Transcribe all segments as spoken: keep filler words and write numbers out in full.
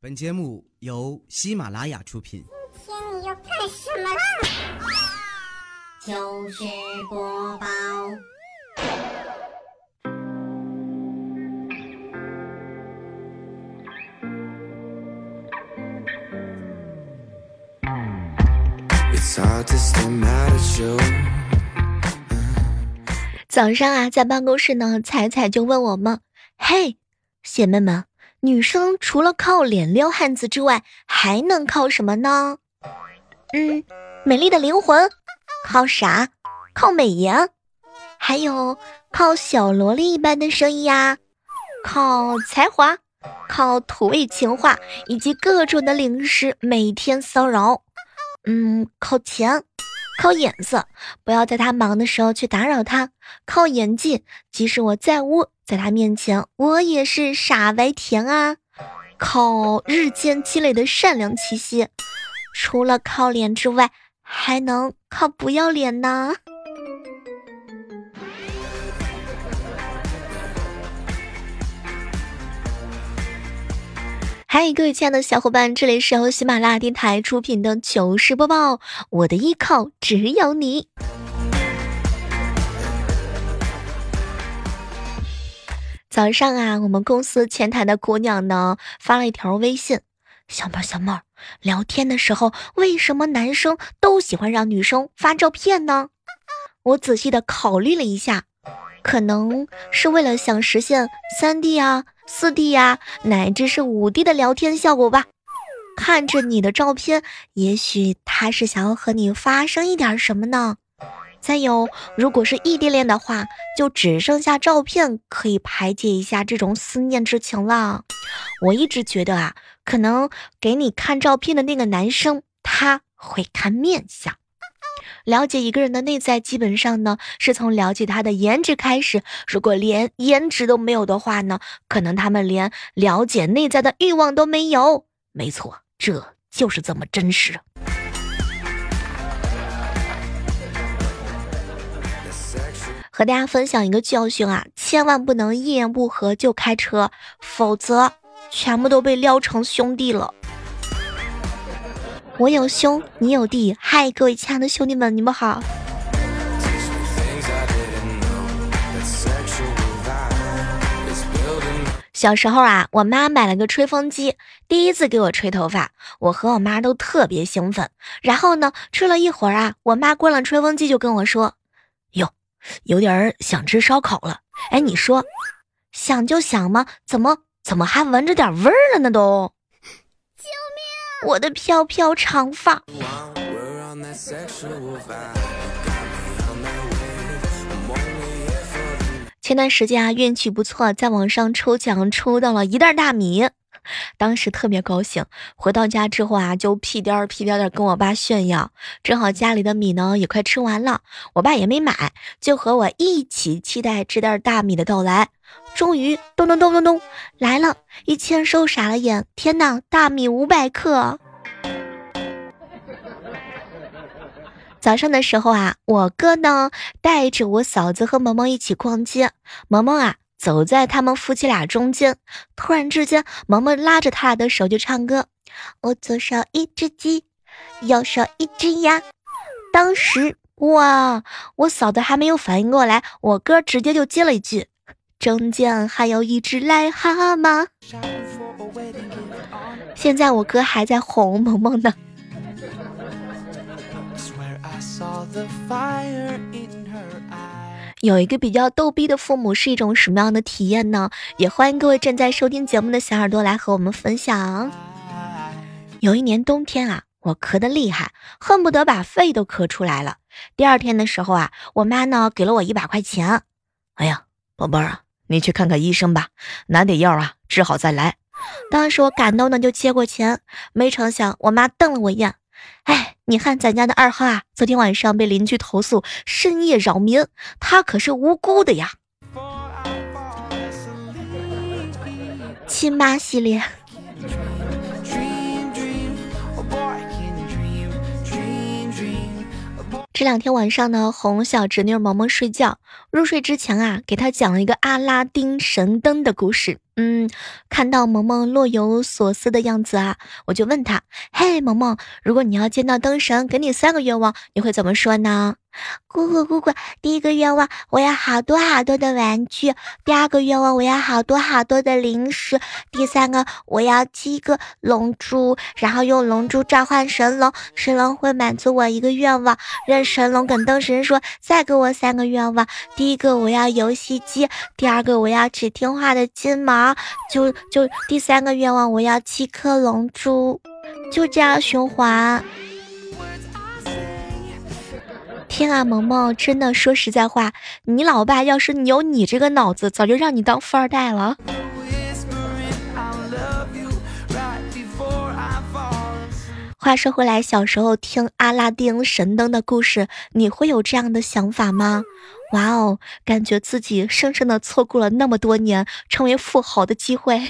本节目由喜马拉雅出品。 今天你要干什么啦？ 糗事播报。 早上啊，在办公室呢，彩彩就问我们：“嘿，姐妹们，女生除了靠脸撩汉子之外，还能靠什么呢？”嗯，美丽的灵魂，靠啥？靠美颜，还有靠小萝莉一般的声音呀，靠才华，靠土味情话，以及各种的零食每天骚扰。嗯，靠钱，靠眼色，不要在他忙的时候去打扰他；靠演技，即使我再污，在他面前我也是傻白甜啊；靠日渐积累的善良气息，除了靠脸之外，还能靠不要脸呢。嗨，各位亲爱的小伙伴，这里是由喜马拉雅电台出品的糗事播报，我的依靠只有你。早上啊，我们公司前台的姑娘呢发了一条微信：小妹儿小妹儿，聊天的时候为什么男生都喜欢让女生发照片呢？我仔细的考虑了一下，可能是为了想实现 三 D 啊四 D 呀、啊，乃至是五 D 的聊天效果吧。看着你的照片，也许他是想要和你发生一点什么呢？再有，如果是异地恋的话，就只剩下照片可以排解一下这种思念之情了。我一直觉得啊，可能给你看照片的那个男生，他会看面相。了解一个人的内在，基本上呢是从了解他的颜值开始。如果连颜值都没有的话呢，可能他们连了解内在的欲望都没有。没错，这就是这么真实。和大家分享一个教训啊，千万不能一言不合就开车，否则全部都被撩成兄弟了。我有兄，你有弟。嗨，各位亲爱的兄弟们，你们好。小时候啊，我妈买了个吹风机，第一次给我吹头发，我和我妈都特别兴奋。然后呢，吹了一会儿啊，我妈关了吹风机就跟我说：“哟，有点想吃烧烤了。”哎，你说，想就想嘛，怎么怎么还闻着点味儿了呢都？我的飘飘长发。前段时间啊，运气不错，在网上抽奖抽到了一袋大米，当时特别高兴。回到家之后啊，就屁颠儿屁颠儿的跟我爸炫耀。正好家里的米呢也快吃完了，我爸也没买，就和我一起期待这袋大米的到来。终于咚咚咚咚咚来了，一签收傻了眼，天哪，大米五百克。早上的时候啊，我哥呢带着我嫂子和萌萌一起逛街，萌萌啊走在他们夫妻俩中间，突然之间萌萌拉着他的手就唱歌：我左手一只鸡，右手一只鸭。当时哇，我嫂子还没有反应过来，我哥直接就接了一句：中间还有一只癞蛤蟆。现在我哥还在哄萌萌呢。有一个比较逗逼的父母是一种什么样的体验呢？也欢迎各位正在收听节目的小耳朵来和我们分享。有一年冬天啊，我咳得厉害，恨不得把肺都咳出来了。第二天的时候啊，我妈呢给了我一百块钱。哎呀，宝贝儿啊，你去看看医生吧，拿点药啊，治好再来。当时我感动的就接过钱，没成想我妈瞪了我一眼。哎，你看咱家的二号啊，昨天晚上被邻居投诉深夜扰民，他可是无辜的呀。亲妈系列。这两天晚上呢，哄小侄女萌萌睡觉，入睡之前啊，给她讲了一个阿拉丁神灯的故事。 嗯，看到萌萌若有所思的样子啊，我就问他：嘿，萌萌，如果你要见到灯神，给你三个愿望，你会怎么说呢？姑姑姑姑，第一个愿望我要好多好多的玩具，第二个愿望我要好多好多的零食，第三个我要七个龙珠，然后用龙珠召唤神龙，神龙会满足我一个愿望，让神龙跟灯神说再给我三个愿望。第一个我要游戏机，第二个我要只听话的金毛，就就第三个愿望我要七颗龙珠，就这样循环。天啊，萌萌，真的说实在话，你老爸要是有你这个脑子，早就让你当富二代了。话说回来，小时候听阿拉丁神灯的故事，你会有这样的想法吗？哇哦，感觉自己生生的错过了那么多年成为富豪的机会。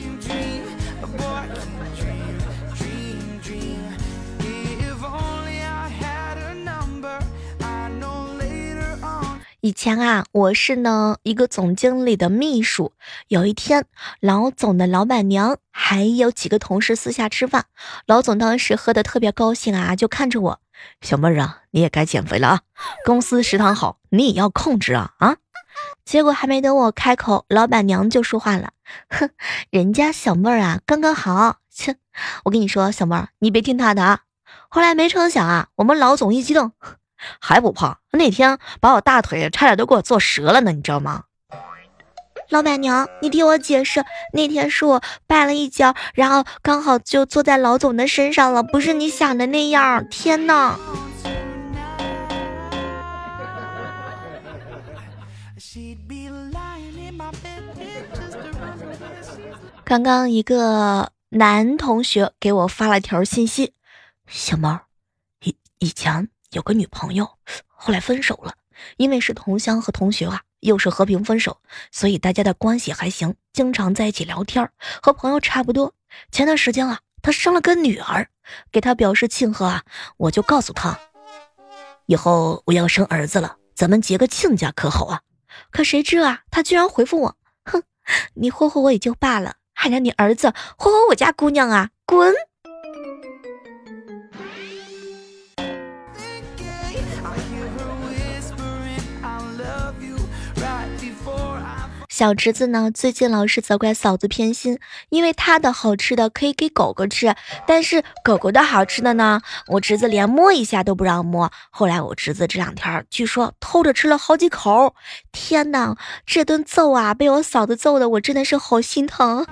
以前啊，我是呢一个总经理的秘书。有一天，老总的老板娘还有几个同事私下吃饭，老总当时喝得特别高兴啊，就看着我：小妹儿啊，你也该减肥了啊，公司食堂好，你也要控制啊啊！结果还没等我开口，老板娘就说话了：哼，人家小妹儿啊刚刚好，切，我跟你说，小妹儿你别听她的啊。后来没成想啊，我们老总一激动，还不胖，那天把我大腿差点都给我做折了呢，你知道吗？老板娘，你听我解释，那天是我绊了一跤，然后刚好就坐在老总的身上了，不是你想的那样。天哪！刚刚一个男同学给我发了条信息：小猫，以以前有个女朋友，后来分手了，因为是同乡和同学啊，又是和平分手，所以大家的关系还行，经常在一起聊天，和朋友差不多。前段时间啊，她生了个女儿，给她表示庆贺啊，我就告诉她，以后我要生儿子了，咱们结个亲家可好啊？可谁知啊，她居然回复我：哼，你霍霍我也就罢了，还让你儿子霍霍我家姑娘啊，滚！小侄子呢，最近老是责怪嫂子偏心，因为他的好吃的可以给狗狗吃，但是狗狗的好吃的呢，我侄子连摸一下都不让摸。后来我侄子这两天据说偷着吃了好几口，天哪，这顿揍啊，被我嫂子揍的我真的是好心疼。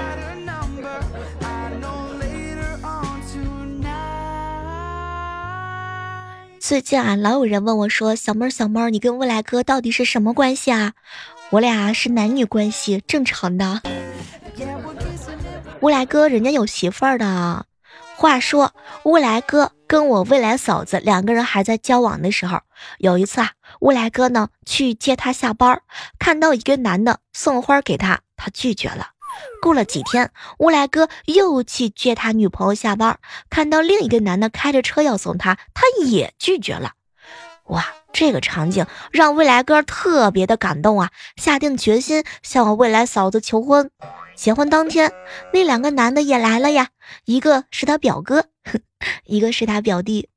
最近啊，老有人问我说，小妹儿小妹儿，你跟未来哥到底是什么关系啊？我俩是男女关系，正常的。未来哥人家有媳妇儿的。话说未来哥跟我未来嫂子两个人还在交往的时候，有一次啊，未来哥呢去接他下班，看到一个男的送花给他，他拒绝了。过了几天，未来哥又去接他女朋友下班，看到另一个男的开着车要送他，他也拒绝了。哇，这个场景让未来哥特别的感动啊，下定决心向我未来嫂子求婚。结婚当天，那两个男的也来了呀，一个是他表哥，一个是他表弟。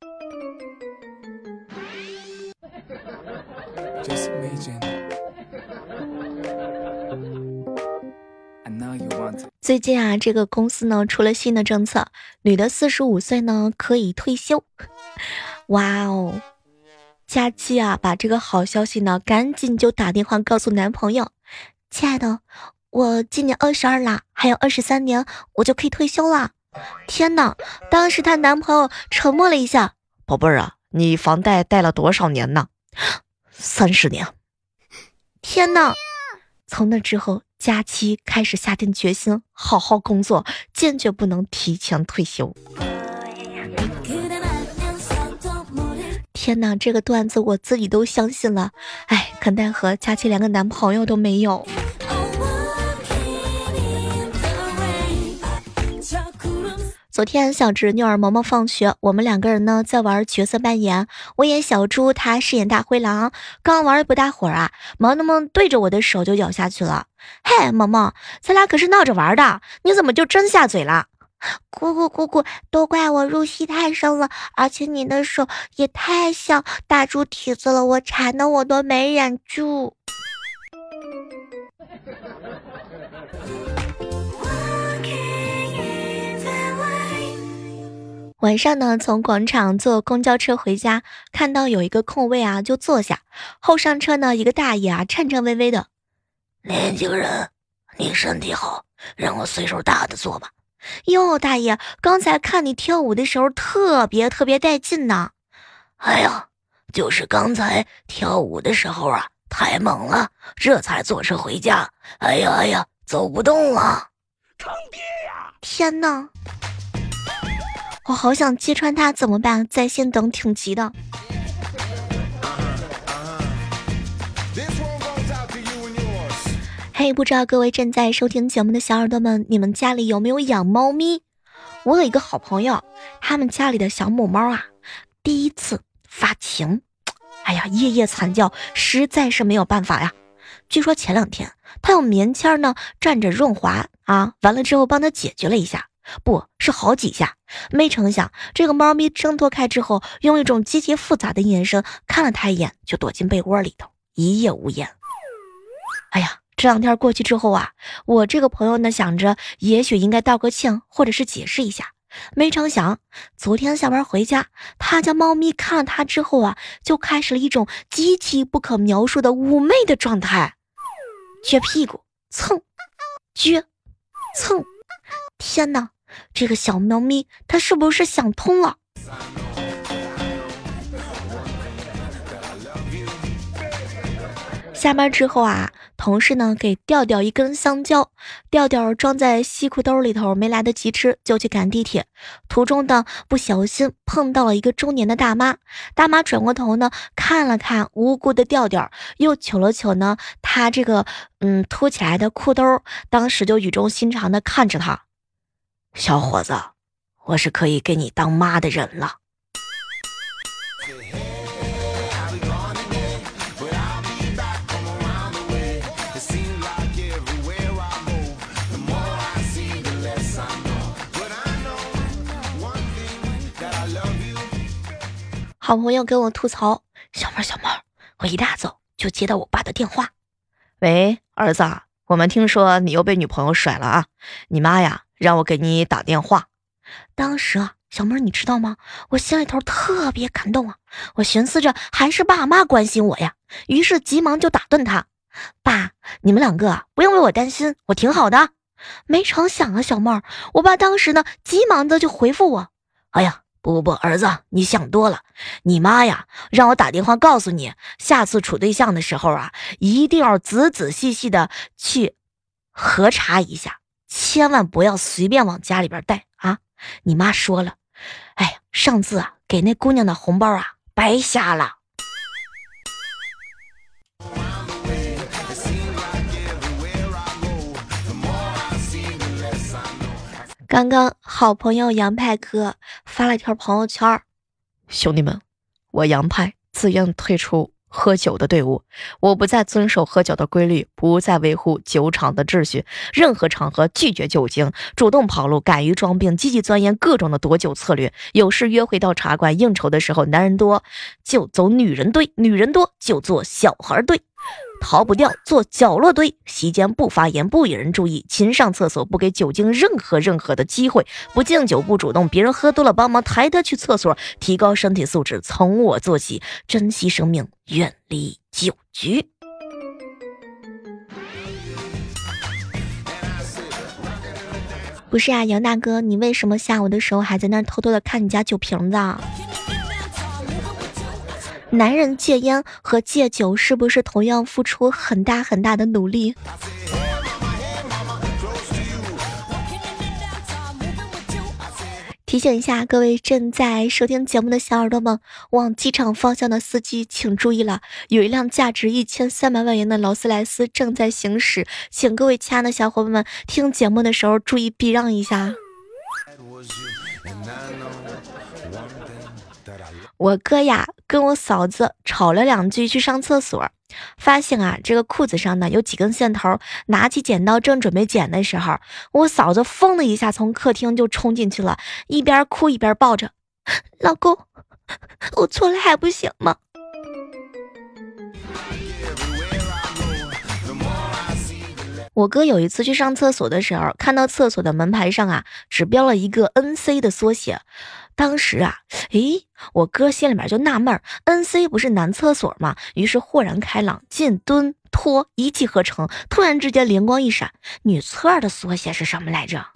最近啊，这个公司呢出了新的政策，女的四十五岁呢可以退休。哇哦！佳期啊，把这个好消息呢，赶紧就打电话告诉男朋友：“亲爱的，我今年二十二了，还有二十三年，我就可以退休了。”天哪！当时她男朋友沉默了一下：“宝贝儿啊，你房贷贷了多少年呢？”三十年。天哪！从那之后，佳期开始下定决心好好工作，坚决不能提前退休。天哪，这个段子我自己都相信了，哎，可奈何佳期连个男朋友都没有。 昨天小侄女儿萌萌放学，我们两个人呢在玩角色扮演，我演小猪，她饰演大灰狼。刚玩不大会儿啊，萌萌对着我的手就咬下去了。嘿，萌萌，咱俩可是闹着玩的，你怎么就真下嘴了？姑姑姑姑，都怪我入戏太深了，而且你的手也太像大猪蹄子了，我馋的我都没忍住。晚上呢，从广场坐公交车回家，看到有一个空位啊，就坐下。后上车呢，一个大爷啊，颤颤巍巍的：“年轻人，你身体好，让我岁数大的坐吧。”哟，大爷，刚才看你跳舞的时候特别特别带劲呢。哎呀，就是刚才跳舞的时候啊，太猛了，这才坐车回家。哎呀哎呀，走不动了，坑爹呀！天哪！我好想揭穿他，怎么办？在线等挺急的。嘿，不知道各位正在收听节目的小耳朵们，你们家里有没有养猫咪？我有一个好朋友，他们家里的小母猫啊，第一次发情，哎呀，夜夜惨叫，实在是没有办法呀。据说前两天他用棉签呢蘸着润滑啊，完了之后帮他解决了一下。不是好几下，没成想这个猫咪挣脱开之后，用一种极其复杂的眼神看了他一眼，就躲进被窝里头，一夜无言。哎呀，这两天过去之后啊，我这个朋友呢想着也许应该道个歉，或者是解释一下，没成想昨天下班回家，他家猫咪看了他之后啊，就开始了一种极其不可描述的妩媚的状态，撅屁股蹭撅蹭，天哪，这个小猫咪它是不是想通了？下班之后啊，同事呢给调调一根香蕉，调调装在西裤兜里头，没来得及吃，就去赶地铁。途中呢不小心碰到了一个中年的大妈，大妈转过头呢看了看无辜的调调，又瞅了瞅呢他这个嗯凸起来的裤兜，当时就语重心长的看着他。小伙子，我是可以给你当妈的人了。好朋友跟我吐槽，小妹小妹，我一大早就接到我爸的电话。喂，儿子，我们听说你又被女朋友甩了啊，你妈呀让我给你打电话。当时啊，小妹你知道吗？我心里头特别感动啊，我寻思着还是爸妈关心我呀，于是急忙就打断他。爸，你们两个啊不用为我担心，我挺好的。没成想啊，小妹儿，我爸当时呢急忙的就回复我，哎呀，不不不，儿子，你想多了。你妈呀，让我打电话告诉你，下次处对象的时候啊，一定要仔仔细细的去核查一下，千万不要随便往家里边带啊。你妈说了，哎呀，上次啊给那姑娘的红包啊白瞎了。刚刚好朋友杨派哥发了一条朋友圈，兄弟们，我杨派自愿退出喝酒的队伍，我不再遵守喝酒的规律，不再维护酒场的秩序，任何场合拒绝酒精，主动跑路，敢于装病，积极钻研各种的躲酒策略。有事约会到茶馆应酬的时候，男人多就走女人队，女人多就做小孩队，逃不掉做角落堆，席间不发言，不引人注意，勤上厕所，不给酒精任何任何的机会，不敬酒不主动，别人喝多了帮忙抬他去厕所，提高身体素质，从我做起，珍惜生命，远离酒局。不是啊，杨大哥，你为什么下午的时候还在那偷偷的看你家酒瓶子？男人戒烟和戒酒是不是同样付出很大很大的努力？提醒一下各位正在收听节目的小耳朵们，往机场方向的司机请注意了，有一辆价值一千三百万元的劳斯莱斯正在行驶，请各位亲爱的小伙伴们听节目的时候注意避让一下。 我哥呀跟我嫂子吵了两句去上厕所，发现啊这个裤子上呢有几根线头，拿起剪刀正准备剪的时候，我嫂子疯的一下从客厅就冲进去了，一边哭一边抱着老公，我错了还不行吗？我哥有一次去上厕所的时候，看到厕所的门牌上啊只标了一个 N C 的缩写。当时啊诶我哥心里面就纳闷 N C 不是男厕所吗？于是豁然开朗，进蹲拖一气呵成，突然之间灵光一闪，女厕的缩写是什么来着？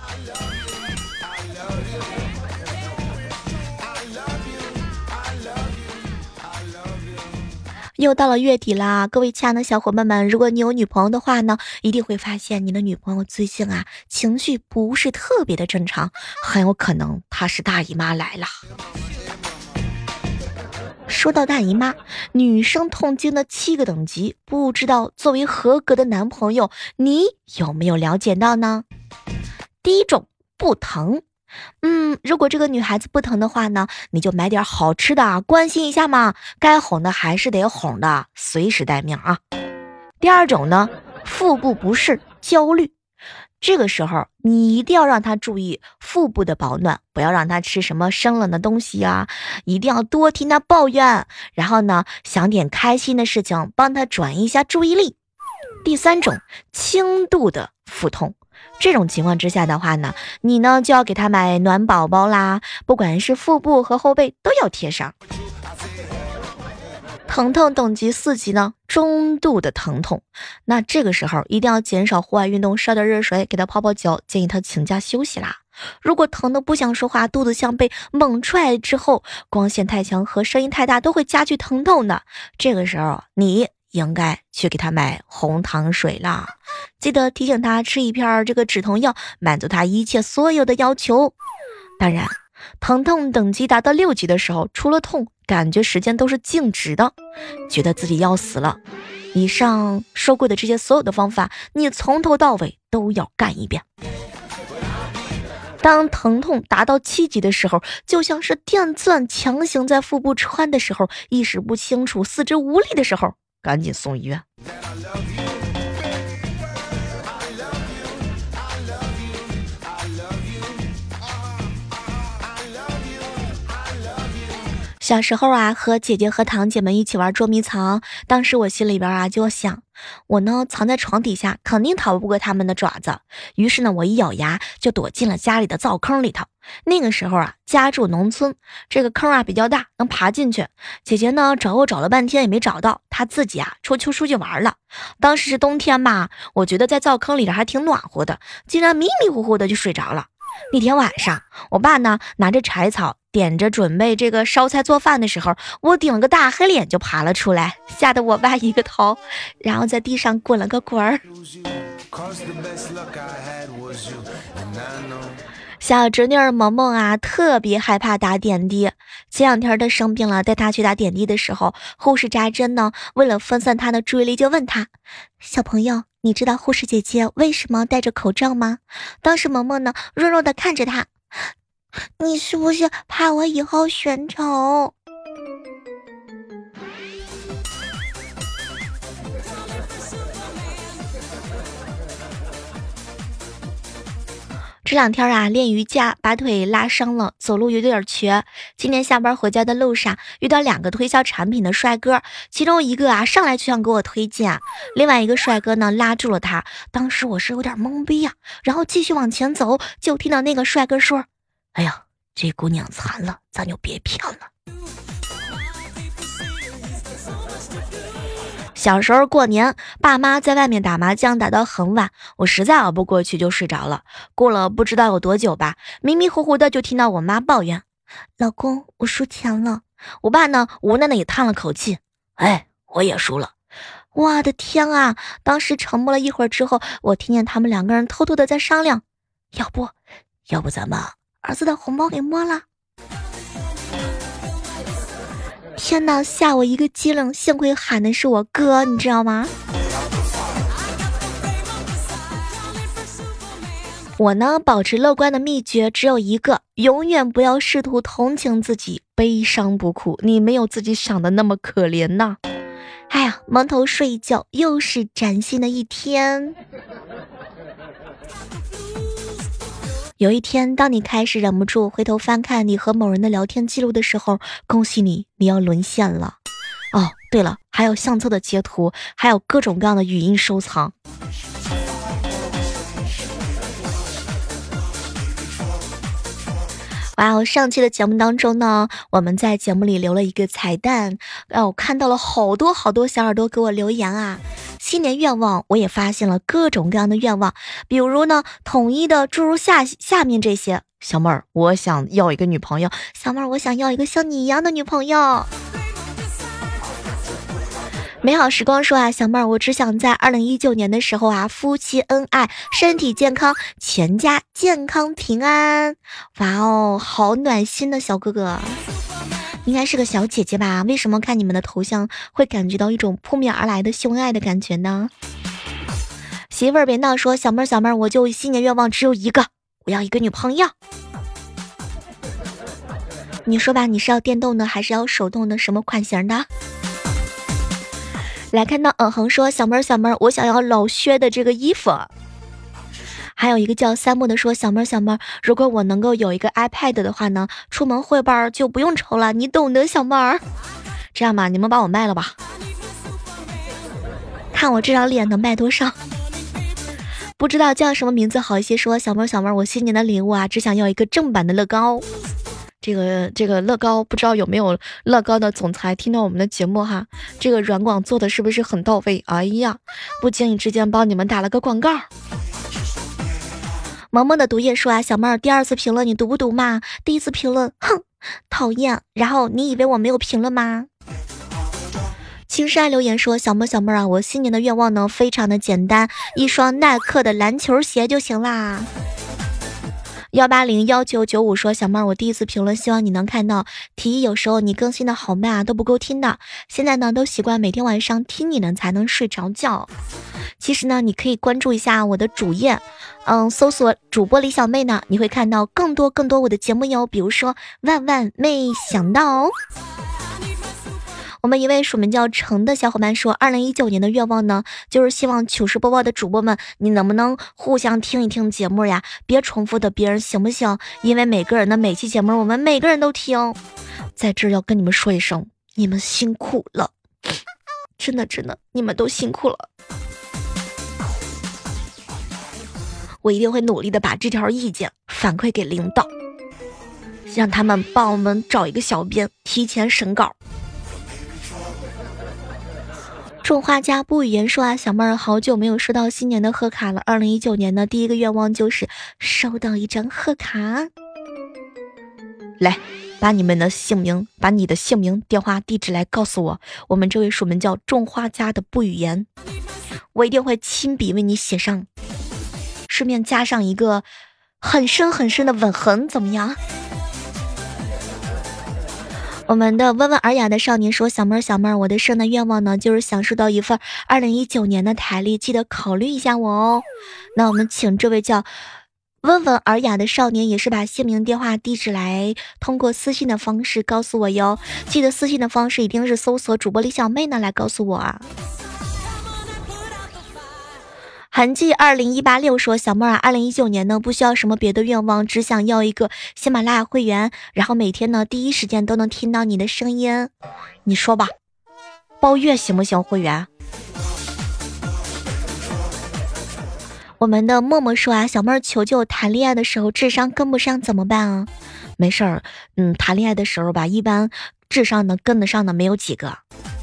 又到了月底啦，各位亲爱的小伙伴们，如果你有女朋友的话呢，一定会发现你的女朋友最近啊情绪不是特别的正常，很有可能她是大姨妈来了。说到大姨妈，女生痛经的七个等级，不知道作为合格的男朋友你有没有了解到呢？第一种，不疼。嗯，如果这个女孩子不疼的话呢，你就买点好吃的关心一下嘛，该哄的还是得哄的，随时待命啊。第二种呢，腹部不适焦虑，这个时候你一定要让她注意腹部的保暖，不要让她吃什么生冷的东西啊，一定要多听她抱怨，然后呢想点开心的事情，帮她转移一下注意力。第三种，轻度的腹痛，这种情况之下的话呢，你呢就要给他买暖宝宝啦，不管是腹部和后背都要贴上。疼痛等级四级呢，中度的疼痛，那这个时候一定要减少户外运动，烧点热水给他泡泡脚，建议他请假休息啦。如果疼得不想说话，肚子像被猛踹之后，光线太强和声音太大都会加剧疼痛的，这个时候你应该去给他买红糖水啦，记得提醒他吃一片这个止痛药，满足他一切所有的要求。当然疼痛等级达到六级的时候，除了痛，感觉时间都是静止的，觉得自己要死了。以上说过的这些所有的方法，你从头到尾都要干一遍。当疼痛达到七级的时候，就像是电钻强行在腹部穿的时候，意识不清楚，四肢无力的时候，赶紧送医院。小时候啊，和姐姐和堂姐们一起玩捉迷藏，当时我心里边啊就想，我呢藏在床底下，肯定逃不过他们的爪子。于是呢，我一咬牙就躲进了家里的灶坑里头。那个时候啊，家住农村，这个坑啊比较大，能爬进去。姐姐呢找我找了半天也没找到，她自己啊戳秋出去玩了。当时是冬天嘛，我觉得在灶坑里头还挺暖和的，竟然迷迷糊糊的就睡着了。那天晚上，我爸呢拿着柴草点着准备这个烧菜做饭的时候，我顶了个大黑脸就爬了出来，吓得我爸一个头，然后在地上滚了个滚儿。小侄女儿萌萌啊，特别害怕打点滴。前两天她生病了，带她去打点滴的时候，护士扎针呢，为了分散她的注意力，就问她：“小朋友，你知道护士姐姐为什么戴着口罩吗？”当时萌萌呢，弱弱的看着她：“你是不是怕我以后选丑？”这两天啊，练瑜伽把腿拉伤了，走路有点瘸。今天下班回家的路上，遇到两个推销产品的帅哥，其中一个啊上来就想给我推荐，另外一个帅哥呢拉住了他。当时我是有点懵逼呀、啊，然后继续往前走，就听到那个帅哥说：“哎呀，这姑娘残了，咱就别骗了。”小时候过年，爸妈在外面打麻将打到很晚，我实在熬不过去就睡着了。过了不知道有多久吧，迷迷糊糊的就听到我妈抱怨：“老公，我输钱了。”我爸呢无奈的也叹了口气：“哎，我也输了。”我的天啊！当时沉默了一会儿之后，我听见他们两个人偷偷的在商量：“要不，要不咱们儿子的红包给摸了？”天哪，吓我一个机灵，幸亏喊的是我哥，你知道吗？ 我呢，保持乐观的秘诀只有一个，永远不要试图同情自己，悲伤不苦，你没有自己想的那么可怜呐。哎呀，蒙头睡一觉，又是崭新的一天。有一天，当你开始忍不住回头翻看你和某人的聊天记录的时候，恭喜你，你要沦陷了。哦，对了，还有相册的截图，还有各种各样的语音收藏。哇哦！上期的节目当中呢，我们在节目里留了一个彩蛋，呃，我看到了好多好多小耳朵给我留言啊。新年愿望，我也发现了各种各样的愿望，比如呢，统一的诸如下下面这些：小妹儿，我想要一个女朋友；小妹儿，我想要一个像你一样的女朋友。美好时光说啊，小妹儿，我只想在二零一九年的时候啊，夫妻恩爱，身体健康，全家健康平安。哇哦，好暖心的小哥哥，应该是个小姐姐吧？为什么看你们的头像会感觉到一种扑面而来的秀恩爱的感觉呢？媳妇儿别闹说，小妹儿小妹儿，我就新年愿望只有一个，我要一个女朋友。你说吧，你是要电动的还是要手动的？什么款型的？来看到嗯恒说，小妹儿小妹儿，我想要老薛的这个衣服。还有一个叫三木的说，小妹儿小妹儿，如果我能够有一个 iPad 的话呢，出门汇报就不用愁了，你懂的，小妹儿。这样吧，你们把我卖了吧，看我这张脸能卖多少。不知道叫什么名字好一些，说小妹儿小妹儿，我新年的礼物啊，只想要一个正版的乐高。这个这个乐高不知道有没有乐高的总裁听到我们的节目哈，这个软广做的是不是很到位？哎呀，不经意之间帮你们打了个广告。萌萌的毒液说啊，小妹儿第二次评论你读不读嘛？第一次评论，哼，讨厌。然后你以为我没有评论吗？青山留言说，小妹小妹啊，我新年的愿望呢非常的简单，一双耐克的篮球鞋就行啦。幺八零幺九九五说，小妹儿，我第一次评论，希望你能看到。提议有时候你更新的好慢啊，都不够听的。现在呢，都习惯每天晚上听你呢才能睡着觉。其实呢，你可以关注一下我的主页，嗯，搜索主播李小妹呢，你会看到更多更多我的节目哟，比如说万万没想到哦。我们一位署名叫程的小伙伴说，二零一九年的愿望呢，就是希望糗事播报的主播们，你能不能互相听一听节目呀？别重复的别人行不行？因为每个人的每期节目，我们每个人都听。在这儿要跟你们说一声，你们辛苦了，真的真的，你们都辛苦了。我一定会努力的把这条意见反馈给领导，让他们帮我们找一个小编提前审稿。种花家不语言说啊，小妹儿好久没有收到新年的贺卡了。二零一九年的第一个愿望就是收到一张贺卡。来，把你们的姓名，把你的姓名、电话、地址来告诉我。我们这位署名叫种花家的不语言，我一定会亲笔为你写上，顺便加上一个很深很深的吻痕，怎么样？我们的温文尔雅的少年说，小妹儿小妹儿，我的圣诞愿望呢，就是想收到一份二零一九年的台历，记得考虑一下我哦。那我们请这位叫温文尔雅的少年，也是把姓名、电话、地址来通过私信的方式告诉我哟。记得私信的方式一定是搜索主播李小妹呢来告诉我啊。韩记二零一八六说，小妹儿啊，二零一九年呢不需要什么别的愿望，只想要一个喜马拉雅会员，然后每天呢第一时间都能听到你的声音。你说吧，包月行不行？会员？我们的默默说啊，小妹儿求求谈恋爱的时候智商跟不上怎么办啊？没事儿，嗯，谈恋爱的时候吧，一般智商能跟得上的没有几个。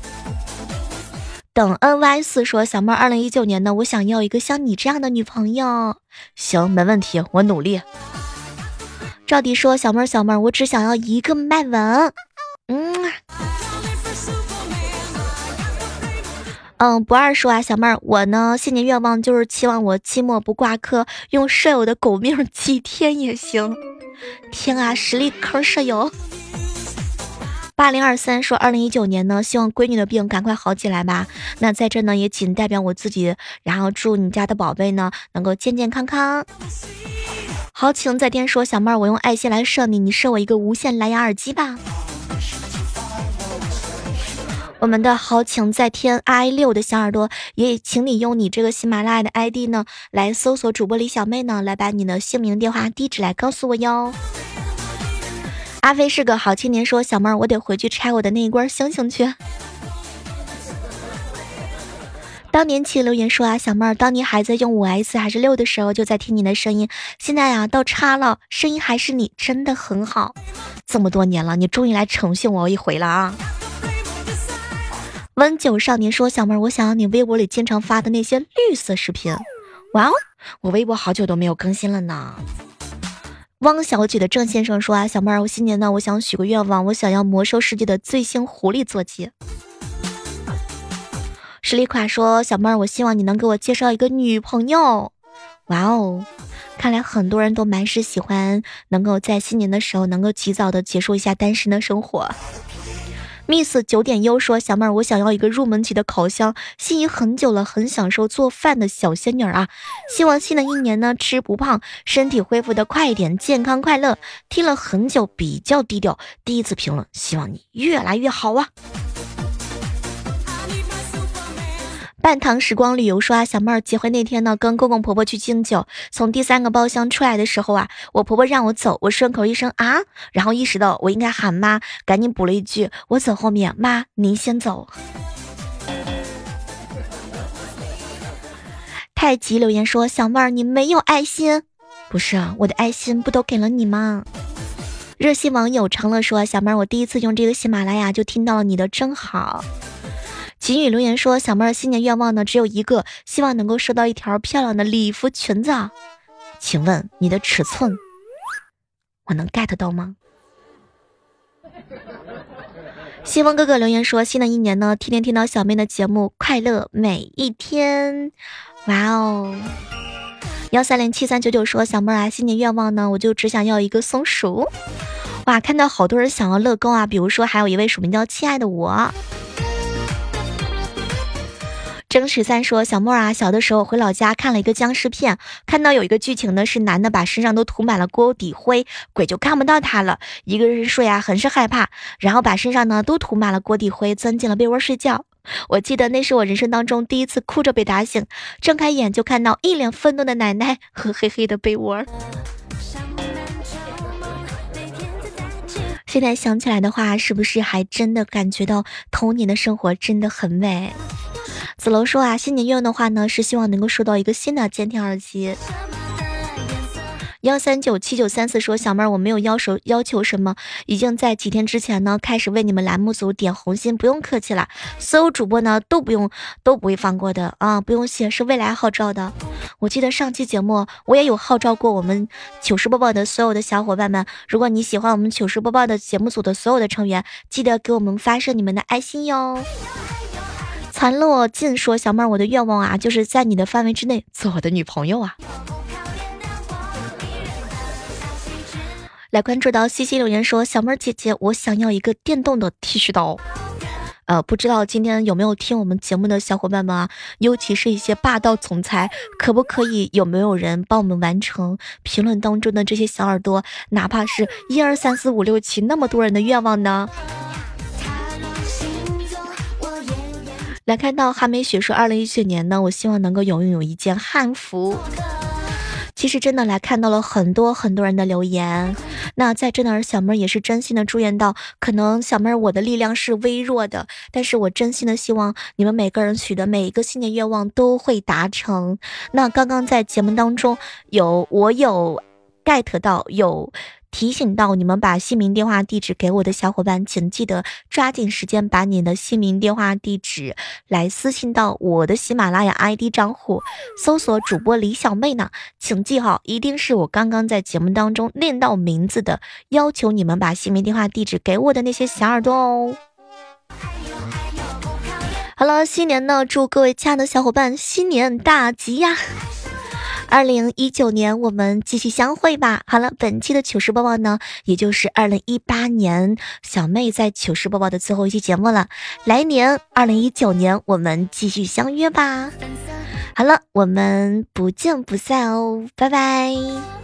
等 N Y 四说，小妹儿二零一九年呢，我想要一个像你这样的女朋友。行，没问题，我努力。赵迪说，小妹儿小妹儿，我只想要一个麦吻。嗯嗯，不二说啊，小妹儿，我呢新年愿望就是期望我期末不挂科，用舍友的狗命几天也行。天啊，实力坑舍友。八零二三说，二零一九年呢，希望闺女的病赶快好起来吧。那在这呢，也仅代表我自己，然后祝你家的宝贝呢能够健健康康。 豪情在天说，小妹儿，我用爱心来射你，你射我一个无线蓝牙耳机吧。我们的豪情在天 i 六的小耳朵，也请你用你这个喜马拉雅的 I D 呢，来搜索主播李小妹呢，来把你的姓名、电话、地址来告诉我哟。阿飞是个好青年说，小妹儿，我得回去拆我的那一罐星星去。当年期留言说啊，小妹儿，当你还在用五 S 还是六的时候，就在听你的声音，现在呀到叉了，声音还是你，真的很好。这么多年了，你终于来宠幸我一回了啊！温酒少年说，小妹儿，我想要你微博里经常发的那些绿色视频。哇哦，我微博好久都没有更新了呢。汪小姐的郑先生说啊，小妹儿，我新年呢，我想许个愿望，我想要魔兽世界的最新狐狸坐骑。实力垮说，小妹儿，我希望你能给我介绍一个女朋友。哇哦，看来很多人都蛮是喜欢能够在新年的时候能够及早的结束一下单身的生活。Miss 九点优说，小妹儿，我想要一个入门级的烤箱，心仪很久了，很享受做饭的小仙女啊！希望新的一年呢，吃不胖，身体恢复的快一点，健康快乐。听了很久，比较低调，第一次评论，希望你越来越好啊！半糖时光旅游说啊，小妹儿，结婚那天呢，跟公公婆婆去敬酒，从第三个包厢出来的时候啊，我婆婆让我走，我顺口一声啊，然后意识到我应该喊妈，赶紧补了一句，我走后面，妈您先走。太极留言说，小妹儿，你没有爱心。不是啊，我的爱心不都给了你吗？热心网友长乐说，小妹儿，我第一次用这个喜马拉雅就听到了你的，真好。锦雨留言说，小妹儿新年愿望呢只有一个，希望能够收到一条漂亮的礼服裙子啊，请问你的尺寸我能 get 到吗？西风哥哥留言说，新的一年呢，天天听到小妹的节目，快乐每一天。哇哦，幺三零七三九九说，小妹儿啊，新年愿望呢，我就只想要一个松鼠。哇，看到好多人想要乐高啊，比如说还有一位署名叫亲爱的我。曾十三说，小妹儿啊，小的时候回老家看了一个僵尸片，看到有一个剧情呢是男的把身上都涂满了锅底灰，鬼就看不到他了，一个人睡啊很是害怕，然后把身上呢都涂满了锅底灰，钻进了被窝睡觉。我记得那是我人生当中第一次哭着被打醒，睁开眼就看到一脸愤怒的奶奶和黑黑的被窝。现在想起来的话，是不是还真的感觉到童年的生活真的很美？子楼说啊，新年愿望的话呢，是希望能够收到一个新的监听耳机。幺三九七九三四说，小妹儿，我没有要求要求什么，已经在几天之前呢开始为你们栏目组点红心，不用客气了，所有主播呢都不用都不会放过的啊，不用谢，是未来号召的。我记得上期节目我也有号召过我们糗事播报的所有的小伙伴们，如果你喜欢我们糗事播报的节目组的所有的成员，记得给我们发射你们的爱心哟。残落尽说，小妹儿，我的愿望啊，就是在你的范围之内做我的女朋友啊。来关注到西西留言说，小妹儿姐姐，我想要一个电动的剃须刀。呃，不知道今天有没有听我们节目的小伙伴们啊，尤其是一些霸道总裁，可不可以有没有人帮我们完成评论当中的这些小耳朵，哪怕是一二三四五六七那么多人的愿望呢？来看到哈梅雪说，二零一九年呢，我希望能够拥有一件汉服。其实真的来看到了很多很多人的留言，那在这呢，小妹儿也是真心的祝愿到，可能小妹儿我的力量是微弱的，但是我真心的希望你们每个人许的每一个新年愿望都会达成。那刚刚在节目当中有我有 get 到有提醒到你们把姓名电话地址给我的小伙伴，请记得抓紧时间把你的姓名电话地址来私信到我的喜马拉雅 I D 账户，搜索主播李小妹呢，请记好，一定是我刚刚在节目当中念到名字的，要求你们把姓名电话地址给我的那些小耳朵哦。好了，新年呢，祝各位亲爱的小伙伴新年大吉呀！二零一九年我们继续相会吧。好了，本期的糗事播报呢，也就是二零一八年小妹在糗事播报的最后一期节目了。来年二零一九年我们继续相约吧。好了，我们不见不散哦，拜拜。